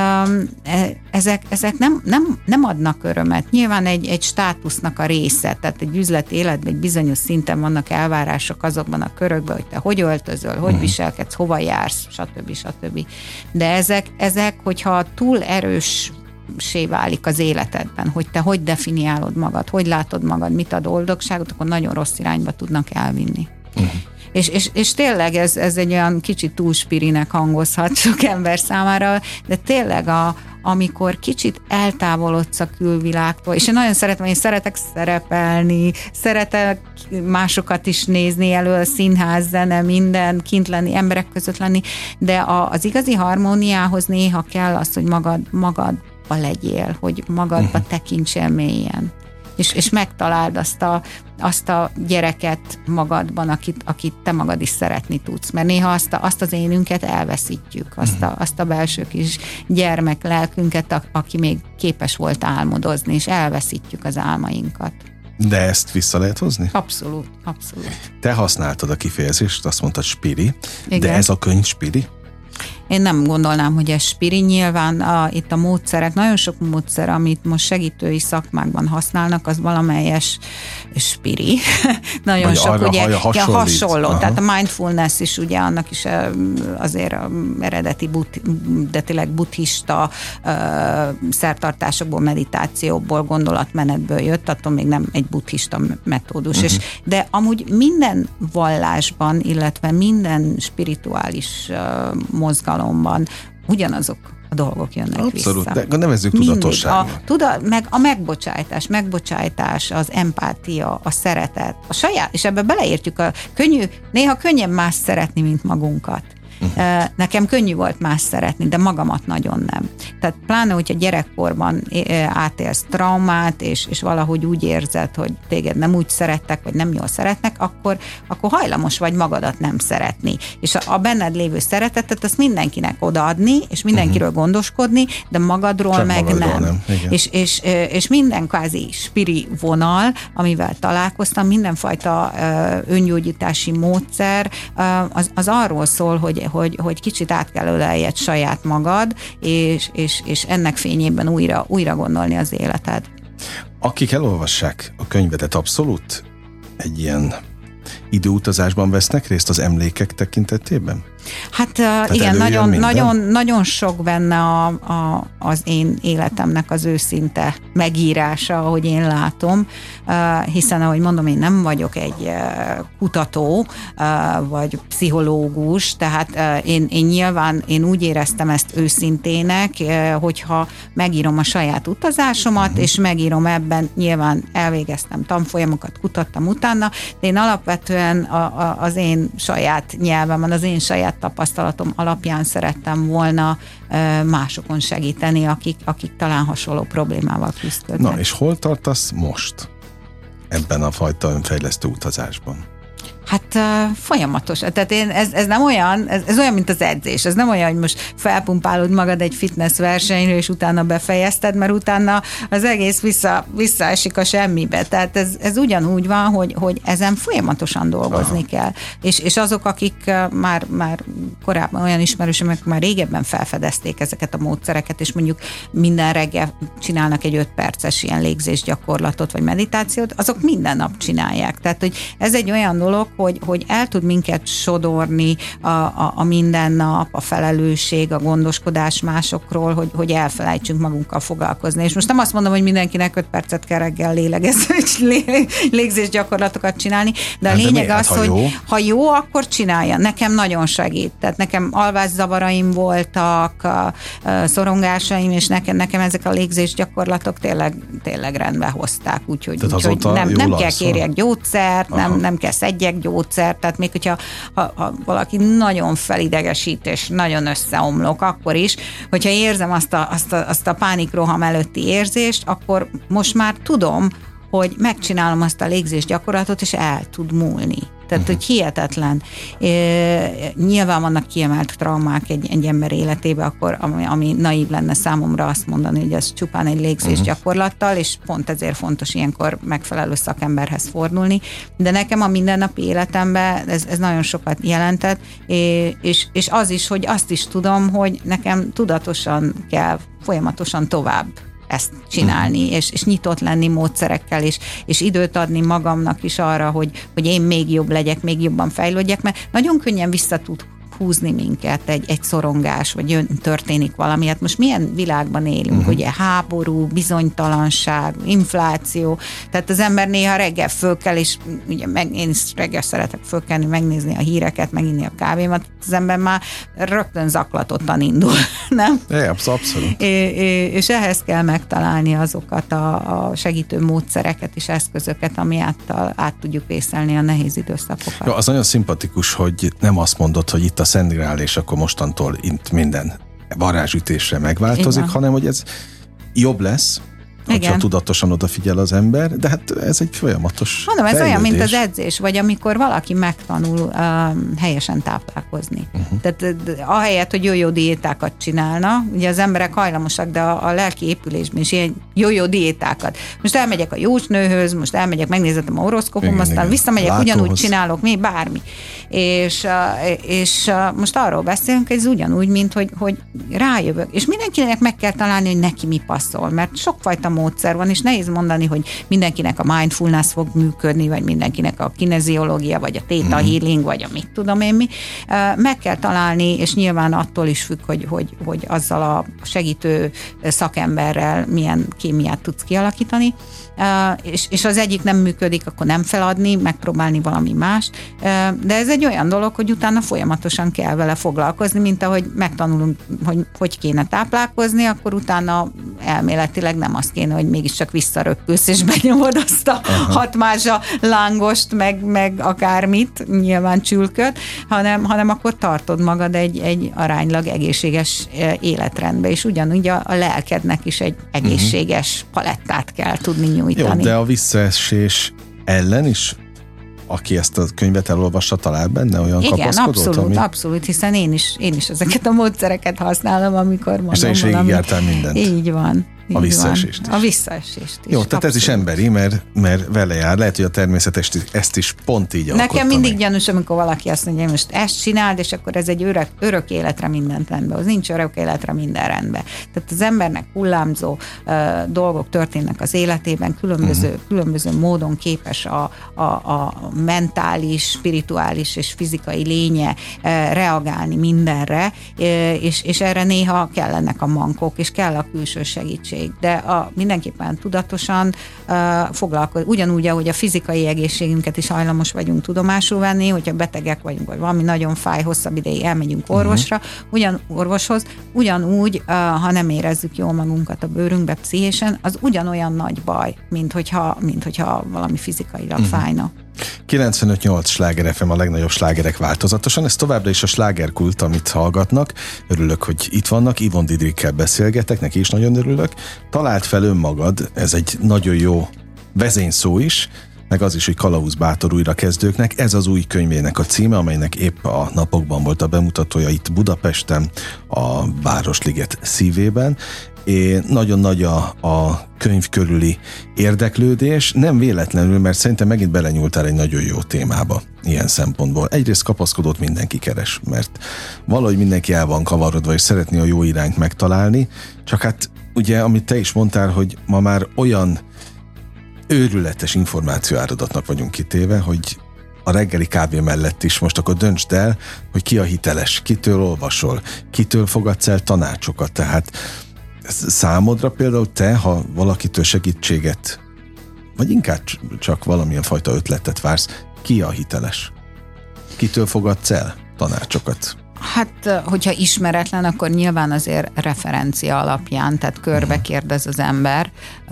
[SPEAKER 3] ezek nem adnak örömet. Nyilván egy státusznak a része, tehát egy üzleti életben egy bizonyos szinten vannak elvárások azokban a körökben, hogy te hogy öltözöl, hogy viselkedsz, hova jársz, stb. De ezek, hogyha túl erős válik az életedben, hogy te hogy definiálod magad, hogy látod magad, mit ad boldogságot, akkor nagyon rossz irányba tudnak elvinni. És tényleg ez egy olyan kicsit túl spirinek hangozhat sok ember számára, de tényleg amikor kicsit eltávolodsz a külvilágtól, és én nagyon szeretek szerepelni, szeretek másokat is nézni elől, színház, zene, minden, kint lenni, emberek között lenni, de az igazi harmóniához néha kell az, hogy magadba legyél, hogy magadba tekintsél mélyen. És megtaláld azt a gyereket magadban, akit te magad is szeretni tudsz. Mert néha azt az énünket elveszítjük, azt a belső kis gyermek lelkünket, aki még képes volt álmodozni, és elveszítjük az álmainkat.
[SPEAKER 2] De ezt vissza lehet hozni?
[SPEAKER 3] Abszolút.
[SPEAKER 2] Te használtad a kifejezést, azt mondtad spiri,
[SPEAKER 3] igen.
[SPEAKER 2] De ez a könyv spiri?
[SPEAKER 3] Én nem gondolnám, hogy ez spiri. Nyilván itt a módszerek, nagyon sok módszer, amit most segítői szakmákban használnak, az valamelyes spiri. Nagyon
[SPEAKER 2] vagy
[SPEAKER 3] sok, ugye, hasonló.
[SPEAKER 2] Aha.
[SPEAKER 3] Tehát a mindfulness is ugye annak is azért eredetileg buddhista szertartásokból, meditációból, gondolatmenetből jött, attól még nem egy buddhista metódus. De amúgy minden vallásban, illetve minden spirituális mozgalomban ugyanazok a dolgok jönnek
[SPEAKER 2] Abszolút,
[SPEAKER 3] vissza.
[SPEAKER 2] de nevezzük tudatosságnak.
[SPEAKER 3] Meg a megbocsátás, az empátia, a szeretet, a saját, és ebbe beleértjük néha könnyebb más szeretni, mint magunkat. Nekem könnyű volt más szeretni, de magamat nagyon nem. Tehát pláne, hogyha gyerekkorban átélsz traumát, és valahogy úgy érzed, hogy téged nem úgy szerettek, vagy nem jól szeretnek, akkor hajlamos vagy magadat nem szeretni. És a benned lévő szeretetet azt mindenkinek odaadni, és mindenkiről gondoskodni, de magadról
[SPEAKER 2] csak
[SPEAKER 3] meg
[SPEAKER 2] magadról
[SPEAKER 3] nem. És minden kvázi spiri vonal, amivel találkoztam, mindenfajta öngyógyítási módszer, az arról szól, hogy kicsit át kell öleljed saját magad, és ennek fényében újra gondolni az életed.
[SPEAKER 2] Akik elolvassák a könyvedet, abszolút egy ilyen időutazásban vesznek részt az emlékek tekintetében?
[SPEAKER 3] Hát igen, nagyon sok benne az én életemnek az őszinte megírása, ahogy én látom, hiszen ahogy mondom, én nem vagyok egy kutató, vagy pszichológus, tehát én nyilván úgy éreztem ezt őszintének, hogyha megírom a saját utazásomat, és megírom ebben, nyilván elvégeztem tanfolyamokat, kutattam utána, de én alapvetően az én saját nyelvemen, az én saját tapasztalatom alapján szerettem volna másokon segíteni, akik talán hasonló problémával küzdködnek.
[SPEAKER 2] Na, és hol tartasz most ebben a fajta önfejlesztő utazásban?
[SPEAKER 3] Hát folyamatos. Tehát ez nem olyan, ez olyan, mint az edzés. Ez nem olyan, hogy most felpumpálod magad egy fitness versenyre, és utána befejezted, mert utána az egész visszaesik a semmibe. Tehát ez ugyanúgy van, hogy ezen folyamatosan dolgozni kell. És azok, akik már korábban olyan ismerősök, már régebben felfedezték ezeket a módszereket, és mondjuk minden reggel csinálnak egy 5 perces ilyen légzésgyakorlatot, vagy meditációt, azok minden nap csinálják. Tehát, hogy ez egy olyan dolog, hogy el tud minket sodorni a mindennap, a felelősség, a gondoskodás másokról, hogy elfelejtsünk magunkkal foglalkozni. És most nem azt mondom, hogy mindenkinek 5 percet kell reggel lélegezni, légzésgyakorlatokat csinálni, de a lényeg az, hogy ha jó, akkor csinálja. Nekem nagyon segít. Tehát nekem alvászavaraim voltak, szorongásaim, és nekem ezek a légzésgyakorlatok tényleg rendbe hozták. Úgyhogy nem kell kérjek gyógyszert, nem kell szedjek gyógyszert, tehát még hogyha valaki nagyon felidegesít és nagyon összeomlok, akkor is, hogyha érzem azt a pánikroham előtti érzést, akkor most már tudom, hogy megcsinálom azt a légzésgyakorlatot, és el tud múlni. Tehát, hogy hihetetlen. Nyilván vannak kiemelt traumák egy ember életébe, akkor ami naív lenne számomra azt mondani, hogy ez csupán egy légzésgyakorlattal, és pont ezért fontos ilyenkor megfelelő szakemberhez fordulni. De nekem a mindennapi életemben ez nagyon sokat jelentett, és az is, hogy azt is tudom, hogy nekem tudatosan kell folyamatosan tovább ezt csinálni, és nyitott lenni módszerekkel, és időt adni magamnak is arra, hogy én még jobb legyek, még jobban fejlődjek, mert nagyon könnyen vissza tud húzni minket egy szorongás, vagy történik valami. Hát most milyen világban élünk, ugye háború, bizonytalanság, infláció, tehát az ember néha reggel fölkel, és ugye én is reggel szeretek fölkelni, megnézni a híreket, meginni a kávémat, az ember már rögtön zaklatottan indul, nem?
[SPEAKER 2] Abszolút.
[SPEAKER 3] És ehhez kell megtalálni azokat a segítő módszereket és eszközöket, ami által át tudjuk vészelni a nehéz időszakokat.
[SPEAKER 2] Ja, az nagyon szimpatikus, hogy nem azt mondod, hogy itt a Szent Grál, és akkor mostantól itt minden varázsütésre megváltozik, hanem hogy ez jobb lesz, hogyha tudatosan odafigyel az ember, de hát ez egy folyamatos
[SPEAKER 3] Mondom, ez
[SPEAKER 2] fejlődés.
[SPEAKER 3] olyan, mint az edzés, vagy amikor valaki megtanul helyesen táplálkozni. Tehát ahelyett, hogy jó diétákat csinálna, ugye az emberek hajlamosak, de a lelki épülésben is ilyen jó diétákat. Most elmegyek a jósnőhöz, most elmegyek, megnézem a horoszkópom, aztán visszamegyek, látóhoz. Ugyanúgy csinálok, bármi. És most arról beszélünk, ez ugyanúgy, mint hogy rájövök. És mindenkinek meg kell találni, hogy neki mi passzol, mert sokfajta módszer van, és nehéz mondani, hogy mindenkinek a mindfulness fog működni, vagy mindenkinek a kineziológia, vagy a theta healing, vagy a mit tudom én mi. Meg kell találni, és nyilván attól is függ, hogy azzal a segítő szakemberrel milyen kémiát tudsz kialakítani, és az egyik nem működik, akkor nem feladni, megpróbálni valami mást, de ez egy olyan dolog, hogy utána folyamatosan kell vele foglalkozni, mint ahogy megtanulunk, hogy kéne táplálkozni, akkor utána elméletileg nem azt kéne, hogy mégiscsak visszaröppülsz, és benyomod azt a 6 mázsa lángost, meg akármit, nyilván csülköt, hanem akkor tartod magad egy aránylag egészséges életrendbe, és ugyanúgy a lelkednek is egy egészséges palettát kell tudni nyújtani.
[SPEAKER 2] Jó, de a visszaesés ellen is, aki ezt a könyvet elolvassa, talál benne olyan kapaszkodót?
[SPEAKER 3] Igen, abszolút, hiszen én is ezeket a módszereket használom, amikor mondom
[SPEAKER 2] és te is végigjártál mindent.
[SPEAKER 3] Így van.
[SPEAKER 2] A visszaesést is.
[SPEAKER 3] A visszaesést is.
[SPEAKER 2] Jó, tehát ez is emberi, mert vele jár. Lehet, hogy a természet ezt is pont így alkotta.
[SPEAKER 3] Nekem mindig gyanús, amikor valaki azt mondja, hogy most ezt csináld, és akkor ez egy örök életre mindent rendben. Az nincs örök életre minden rendben. Tehát az embernek hullámzó dolgok történnek az életében, különböző módon képes a mentális, spirituális és fizikai lénye reagálni mindenre, és erre néha kellenek a mankók, és kell a külső segítség. De mindenképpen tudatosan foglalkozni. Ugyanúgy, ahogy a fizikai egészségünket is hajlamos vagyunk tudomásul venni, hogyha betegek vagyunk, vagy valami nagyon fáj, hosszabb ideig elmegyünk orvoshoz, ugyanúgy, ha nem érezzük jól magunkat a bőrünkbe pszichésen, az ugyanolyan nagy baj, mint hogyha valami fizikailag fájna.
[SPEAKER 2] 95.8 Sláger FM, a legnagyobb slágerek változatosan. Ez továbbra is a slágerkult, amit hallgatnak. Örülök, hogy itt vannak. Ivon Didrikkel beszélgetek, neki is nagyon örülök. Találd fel önmagad, ez egy nagyon jó vezényszó is, meg az is, hogy kalauz bátor újrakezdőknek. Ez az új könyvének a címe, amelynek épp a napokban volt a bemutatója itt Budapesten, a Városliget szívében. Nagyon nagy a könyv körüli érdeklődés, nem véletlenül, mert szerintem megint belenyúltál egy nagyon jó témába ilyen szempontból. Egyrészt kapaszkodót mindenki keres, mert valahogy mindenki el van kavarodva, és szeretné a jó irányt megtalálni, csak hát ugye, amit te is mondtál, hogy ma már olyan őrületes információáradatnak vagyunk kitéve, hogy a reggeli kávé mellett is most akkor döntsd el, hogy ki a hiteles, kitől olvasol, kitől fogadsz el tanácsokat, tehát számodra például te, ha valakitől segítséget, vagy inkább csak valamilyen fajta ötletet vársz, ki a hiteles? Kitől fogadsz el tanácsokat?
[SPEAKER 3] Hát, hogyha ismeretlen, akkor nyilván azért referencia alapján, tehát körbe kérdez az ember,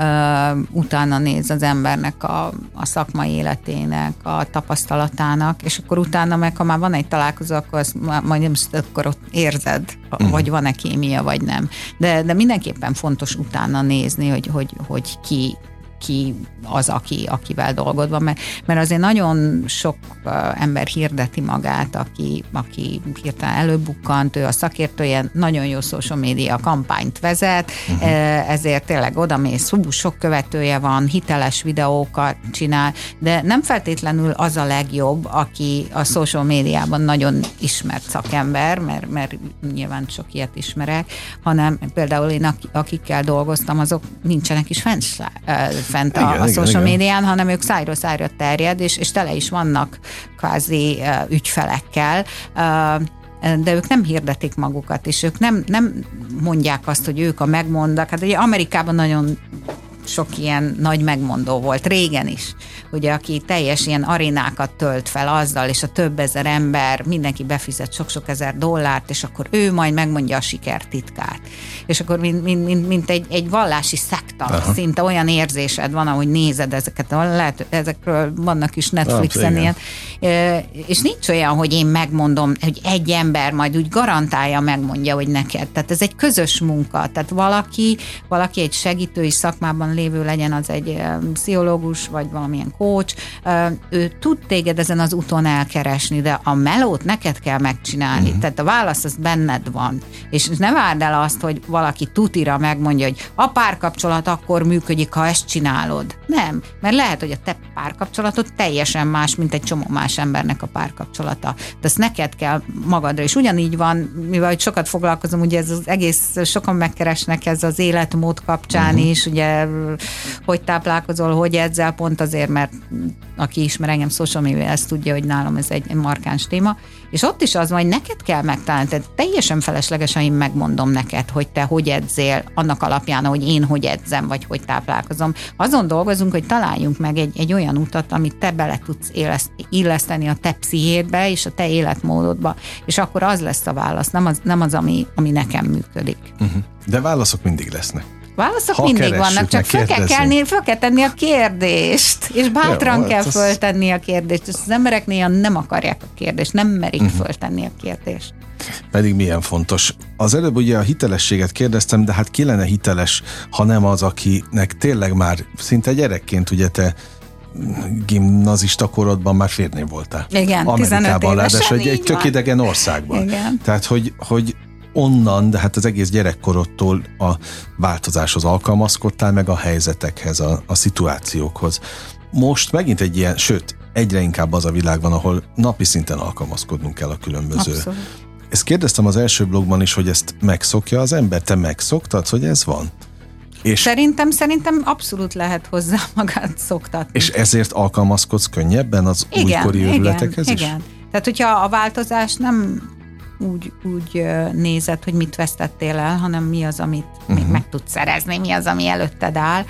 [SPEAKER 3] utána néz az embernek a szakmai életének, a tapasztalatának, és akkor utána meg, ha már van egy találkozó, akkor azt akkor ott érzed, hogy van-e kémia, vagy nem. De mindenképpen fontos utána nézni, hogy ki az, akivel dolgod van, mert azért nagyon sok ember hirdeti magát, aki hirtelen előbukkant, ő a szakértője, nagyon jó social media kampányt vezet, ezért tényleg odamész, sok követője van, hiteles videókat csinál, de nem feltétlenül az a legjobb, aki a social médiában nagyon ismert szakember, mert nyilván sok ilyet ismerek, hanem például én, akikkel dolgoztam, azok nincsenek is fent a social médián, hanem ők szájról szájra terjed, és tele is vannak kvázi ügyfelekkel, de ők nem hirdetik magukat, és ők nem mondják azt, hogy ők a megmondak. Hát ugye Amerikában nagyon sok ilyen nagy megmondó volt, régen is, ugye, aki teljes ilyen arénákat tölt fel azzal, és a több ezer ember, mindenki befizet sok-sok ezer dollárt, és akkor ő majd megmondja a sikertitkát. És akkor mint egy vallási szekta, szinte olyan érzésed van, ahogy nézed ezeket, lehet, ezekről vannak is Netflixen ilyen, és nincs olyan, hogy én megmondom, hogy egy ember majd úgy garantálja, megmondja, hogy neked. Tehát ez egy közös munka, tehát valaki egy segítői szakmában lévő, legyen az egy pszichológus, vagy valamilyen coach, ő tud téged ezen az úton elkeresni, de a melót neked kell megcsinálni. Tehát a válasz az benned van. És ne várd el azt, hogy valaki tutira megmondja, hogy a párkapcsolat akkor működik, ha ezt csinálod. Nem, mert lehet, hogy a te párkapcsolatod teljesen más, mint egy csomó más embernek a párkapcsolata. De ezt neked kell magadra. És ugyanígy van, mivel sokat foglalkozom, ugye ez az egész, sokan megkeresnek ez az életmód kapcsán is, ugye, hogy táplálkozol, hogy edzel, pont azért, mert aki ismer engem social media, ezt tudja, hogy nálam ez egy markáns téma, és ott is az van, hogy neked kell megtalálni, tehát teljesen feleslegesen én megmondom neked, hogy te hogy edzél, annak alapján, hogy én hogy edzem, vagy hogy táplálkozom. Azon dolgozunk, hogy találjunk meg egy olyan utat, amit te bele tudsz illeszteni a te pszichédbe és a te életmódodba, és akkor az lesz a válasz, nem az ami nekem működik.
[SPEAKER 2] De válaszok mindig lesznek.
[SPEAKER 3] Válaszok mindig vannak, csak föl kell tenni a kérdést, és bátran kell föltenni a kérdést, és az emberek néha nem akarják a kérdést, nem merik föltenni a kérdést.
[SPEAKER 2] Pedig milyen fontos. Az előbb ugye a hitelességet kérdeztem, de hát ki lenne hiteles, ha nem az, akinek tényleg már szinte gyerekként, ugye te gimnazista korodban már férnél voltál.
[SPEAKER 3] Igen,
[SPEAKER 2] Amerikában,
[SPEAKER 3] 15 évesen,
[SPEAKER 2] egy tök idegen országban.
[SPEAKER 3] Igen.
[SPEAKER 2] Tehát, hogy onnan, de hát az egész gyerekkorodtól a változáshoz alkalmazkodtál, meg a helyzetekhez, a szituációkhoz. Most megint egy ilyen, sőt, egyre inkább az a világ van, ahol napi szinten alkalmazkodnunk kell a különböző.
[SPEAKER 3] Abszolút.
[SPEAKER 2] Ezt kérdeztem az első blogban is, hogy ezt megszokja az ember. Te megszoktad, hogy ez van? És
[SPEAKER 3] Szerintem abszolút lehet hozzá magát szoktatni.
[SPEAKER 2] És ezért alkalmazkodsz könnyebben az újkori őrületekhez is?
[SPEAKER 3] Igen. Tehát, hogyha a változás nem úgy nézed, hogy mit vesztettél el, hanem mi az, amit még meg tudsz szerezni, mi az, ami előtted áll,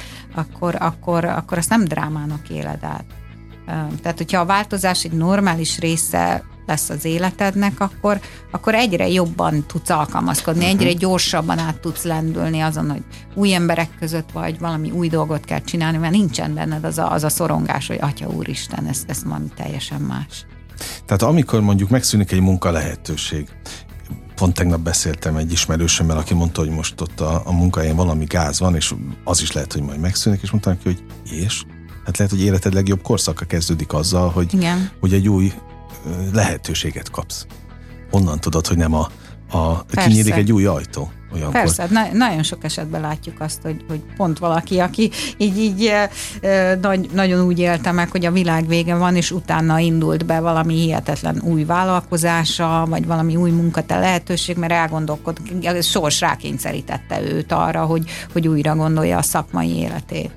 [SPEAKER 3] akkor azt nem drámának éled át. Tehát, hogyha a változás egy normális része lesz az életednek, akkor egyre jobban tudsz alkalmazkodni, egyre gyorsabban át tudsz lendülni azon, hogy új emberek között vagy, valami új dolgot kell csinálni, mert nincsen benned az a szorongás, hogy Atya Úristen, ez valami teljesen más.
[SPEAKER 2] Tehát amikor mondjuk megszűnik egy munka lehetőség, pont tegnap beszéltem egy ismerősömmel, aki mondta, hogy most ott a munkahelyen valami gáz van, és az is lehet, hogy majd megszűnik, és mondtam neki, hogy és? Hát lehet, hogy életed legjobb korszaka kezdődik azzal, hogy egy új lehetőséget kapsz. Onnan tudod, hogy nem kinyílik egy új ajtó. Olyankor.
[SPEAKER 3] Persze, nagyon sok esetben látjuk azt, hogy pont valaki, aki így nagyon úgy élte meg, hogy a világ vége van, és utána indult be valami hihetetlen új vállalkozása, vagy valami új munkate lehetőség, mert elgondolkodik, sors rákényszerítette őt arra, hogy újra gondolja a szakmai életét.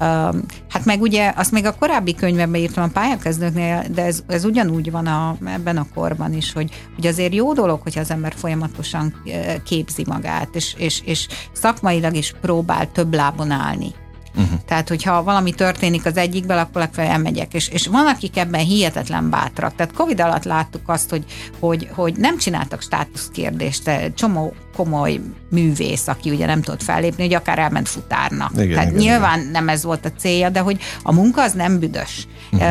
[SPEAKER 3] Hát meg ugye, azt még a korábbi könyvemben írtam a pályakezdőknél, de ez ugyanúgy van ebben a korban is, hogy azért jó dolog, hogyha az ember folyamatosan képzi magát, és szakmailag is próbál több lábon állni. Tehát, hogyha valami történik az egyikben, akkor legfeljebb elmegyek. És van, akik ebben hihetetlen bátrak. Tehát Covid alatt láttuk azt, hogy nem csináltak státuszkérdést. Csomó komoly művész, aki ugye nem tudott fellépni, hogy akár elment futárnak. Tehát nyilván nem ez volt a célja, de hogy a munka az nem büdös.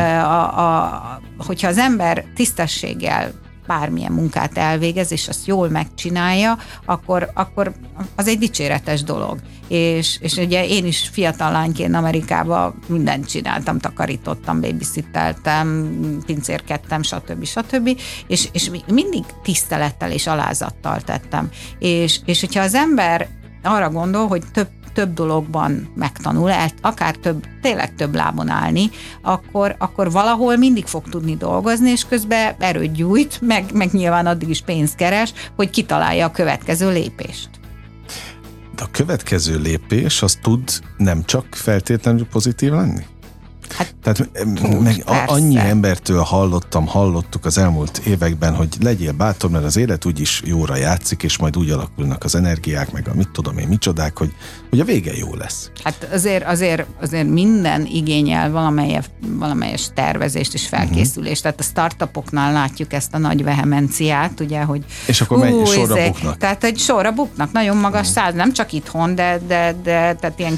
[SPEAKER 3] Hogyha az ember tisztességgel bármilyen munkát elvégez, és azt jól megcsinálja, akkor az egy dicséretes dolog. És ugye én is fiatal lányként Amerikában mindent csináltam, takarítottam, babysitteltem, pincérkedtem, stb. És mindig tisztelettel és alázattal tettem. És hogyha az ember arra gondol, hogy több dologban megtanul, akár tényleg több lábon állni, akkor valahol mindig fog tudni dolgozni, és közben erőt gyújt, meg nyilván addig is pénzt keres, hogy kitalálja a következő lépést.
[SPEAKER 2] De a következő lépés az tud nem csak feltétlenül pozitív lenni?
[SPEAKER 3] Hát,
[SPEAKER 2] tehát annyi embertől hallottuk az elmúlt években, hogy legyél bátor, mert az élet úgyis jóra játszik, és majd úgy alakulnak az energiák, meg a mit tudom én micsodák, hogy a vége jó lesz.
[SPEAKER 3] Hát azért minden igényel valamelyes tervezést és felkészülést. Tehát a startupoknál látjuk ezt a nagy vehemenciát, ugye, hogy
[SPEAKER 2] és akkor sorra buknak.
[SPEAKER 3] Tehát egy sorra buknak, nagyon magas száz, nem csak itthon, de tehát ilyen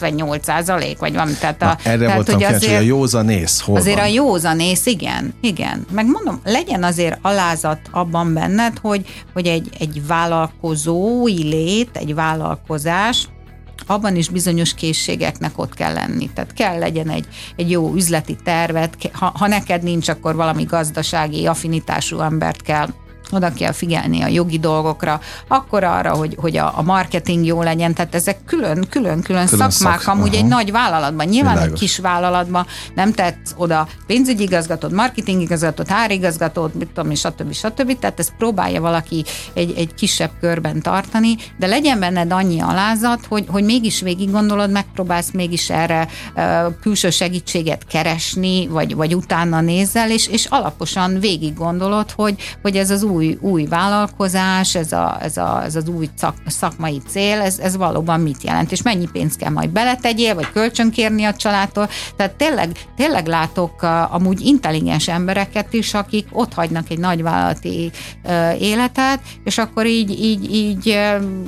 [SPEAKER 3] 98% vagy valami.
[SPEAKER 2] Erre voltam kíváncsi, hogy a józanész hol
[SPEAKER 3] azért
[SPEAKER 2] van?
[SPEAKER 3] A józanész, igen. Meg mondom, legyen azért alázat abban benned, hogy egy vállalkozói lét, egy vállalkozás, abban is bizonyos készségeknek ott kell lenni. Tehát kell legyen egy jó üzleti tervet, ha neked nincs, akkor valami gazdasági affinitású embert kell, oda kell figyelni a jogi dolgokra, akkor arra, hogy a marketing jó legyen, tehát ezek külön szakmák amúgy egy nagy vállalatban. Nyilván világos. Egy kis vállalatban nem tetsz oda pénzügyi igazgatót, marketing igazgatót, HR igazgatót, stb. Tehát ezt próbálja valaki egy kisebb körben tartani, de legyen benned annyi alázat, hogy mégis végig gondolod, megpróbálsz mégis erre külső segítséget keresni, vagy utána nézzel, és alaposan végig gondolod, hogy ez az új vállalkozás, ez az új szakmai cél, ez valóban mit jelent, és mennyi pénzt kell majd beletegyél, vagy kölcsönkérni a családtól. Tehát tényleg látok amúgy intelligens embereket is, akik ott hagynak egy nagyvállalati életet, és akkor így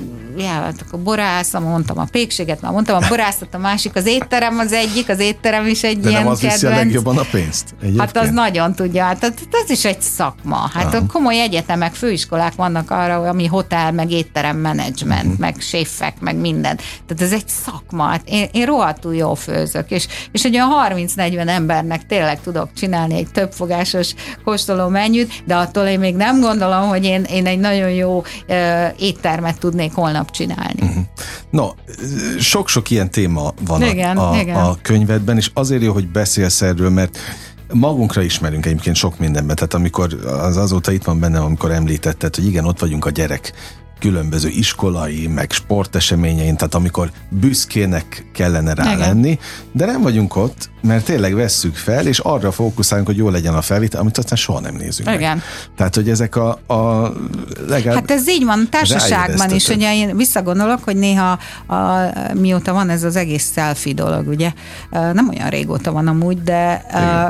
[SPEAKER 3] akkor borász, mondtam a pékséget, már mondtam a borászat, a másik, az étterem az egyik, az étterem is egy
[SPEAKER 2] de
[SPEAKER 3] ilyen
[SPEAKER 2] nem az
[SPEAKER 3] kedvenc.
[SPEAKER 2] viszi a legjobban a pénzt? Egyébként?
[SPEAKER 3] Hát az nagyon tudja, hát ez is egy szakma. Hát a komoly egyetemek, főiskolák vannak arra, ami hotel, meg étterem menedzsment, meg séfek, meg minden. Tehát ez egy szakma. Hát én rohadtul jól főzök, és egy olyan 30-40 embernek tényleg tudok csinálni egy többfogásos kóstoló menüt, de attól én még nem gondolom, hogy én egy nagyon jó éttermet tudnék holnap csinálni.
[SPEAKER 2] No, sok-sok ilyen téma van a könyvedben, és azért jó, hogy beszélsz erről, mert magunkra ismerünk egyébként sok mindenben, tehát amikor azóta itt van bennem, amikor említetted, hogy igen, ott vagyunk a gyerek különböző iskolai, meg sporteseményein, tehát amikor büszkének kellene rá lenni, de nem vagyunk ott, mert tényleg vesszük fel, és arra fókuszálunk, hogy jó legyen a felvétel, amit aztán soha nem nézünk meg. Tehát, hogy ezek a legalább...
[SPEAKER 3] Hát ez így van, társaságban is, ugye én visszagondolok, hogy néha mióta van ez az egész selfie dolog, ugye, nem olyan régóta van amúgy, de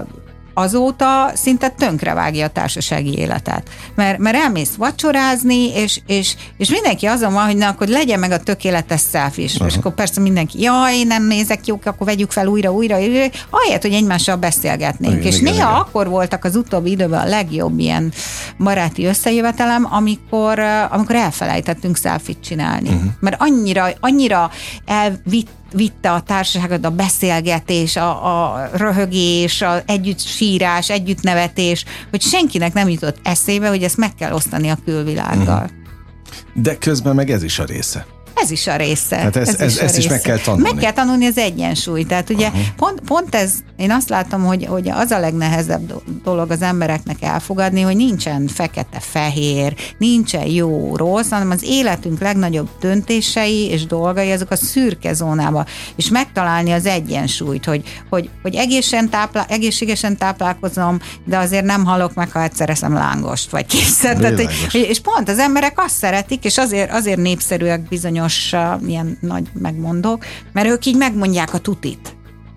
[SPEAKER 3] azóta szinte tönkrevágja a társasági életet. Mert elmész vacsorázni, és mindenki azon van, hogy akkor legyen meg a tökéletes selfie, és akkor persze mindenki, én nem nézek jó, akkor vegyük fel újra, ahelyett, hogy egymással beszélgetnénk. És néha akkor voltak az utóbbi időben a legjobb ilyen baráti összejövetelem, amikor elfelejtettünk selfie-t csinálni. Mert annyira vitte a társaságot a beszélgetés, a röhögés, a együtt sírás, együtt nevetés, hogy senkinek nem jutott eszébe, hogy ezt meg kell osztani a külvilággal.
[SPEAKER 2] De közben meg ez is a része.
[SPEAKER 3] Ez is a része.
[SPEAKER 2] Hát ezt is meg kell tanulni.
[SPEAKER 3] Meg kell tanulni az egyensúly. Tehát ugye pont ez, én azt látom, hogy az a legnehezebb dolog az embereknek elfogadni, hogy nincsen fekete-fehér, nincsen jó-rossz, hanem az életünk legnagyobb döntései és dolgai, azok a szürke zónába. És megtalálni az egyensúlyt, hogy egészségesen táplálkozom, de azért nem halok meg, ha egyszer eszem lángost, vagy készszer. És pont az emberek azt szeretik, és azért népszerűek bizonyos ilyen nagy megmondók, mert ők így megmondják a tutit.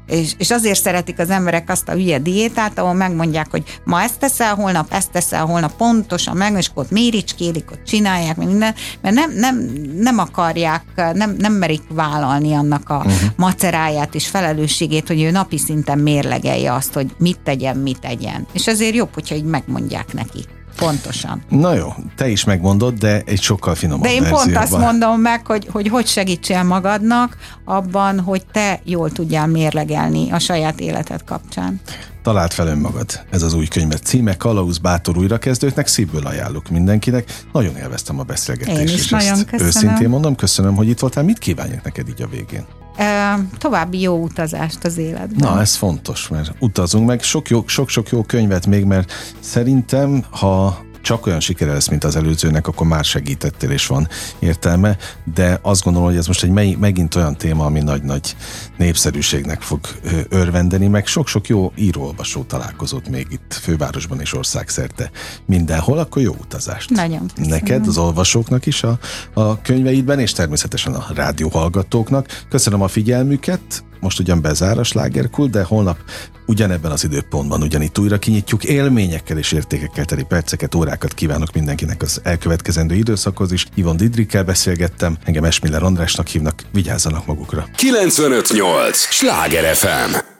[SPEAKER 3] És azért szeretik az emberek azt a hülye diétát, ahol megmondják, hogy ma ezt teszel, holnap pontosan meg, és akkor ott méricskélik, ott csinálják, minden, mert nem akarják, nem merik vállalni annak a maceráját és felelősségét, hogy ő napi szinten mérlegelje azt, hogy mit tegyen. És ezért jobb, hogyha így megmondják neki. Pontosan.
[SPEAKER 2] Na jó, te is megmondod, de egy sokkal finomabb verzióban.
[SPEAKER 3] De én pont azt mondom meg, hogy segítsél magadnak abban, hogy te jól tudjál mérlegelni a saját életed kapcsán.
[SPEAKER 2] Találd fel önmagad. Ez az új könyvet címe, Kalauz bátor újrakezdőknek, szívből ajánlok mindenkinek. Nagyon élveztem a beszélgetést.
[SPEAKER 3] Én is nagyon köszönöm.
[SPEAKER 2] Őszintén mondom, köszönöm, hogy itt voltál. Mit kívánjak neked így a végén?
[SPEAKER 3] További jó utazást az életben.
[SPEAKER 2] Na, ez fontos, mert utazunk meg. Sok-sok jó könyvet még, mert szerintem, ha csak olyan sikere lesz, mint az előzőnek, akkor már segítettél és van értelme, de azt gondolom, hogy ez most egy megint olyan téma, ami nagy-nagy népszerűségnek fog örvendeni, meg sok-sok jó író-olvasó találkozott még itt fővárosban és országszerte mindenhol, akkor jó utazást.
[SPEAKER 3] Nagyon köszönöm.
[SPEAKER 2] Neked, az olvasóknak is a könyveidben, és természetesen a rádióhallgatóknak. Köszönöm a figyelmüket, most ugyan bezár a Slágerkult, de holnap ugyanebben az időpontban ugyanitt újra kinyitjuk. Élményekkel és értékekkel teli perceket, órákat kívánok mindenkinek az elkövetkezendő időszakhoz is. Ivon Didrikkel beszélgettem, engem Esmiller Andrásnak hívnak, vigyázzanak magukra.
[SPEAKER 1] 95.8 Sláger FM.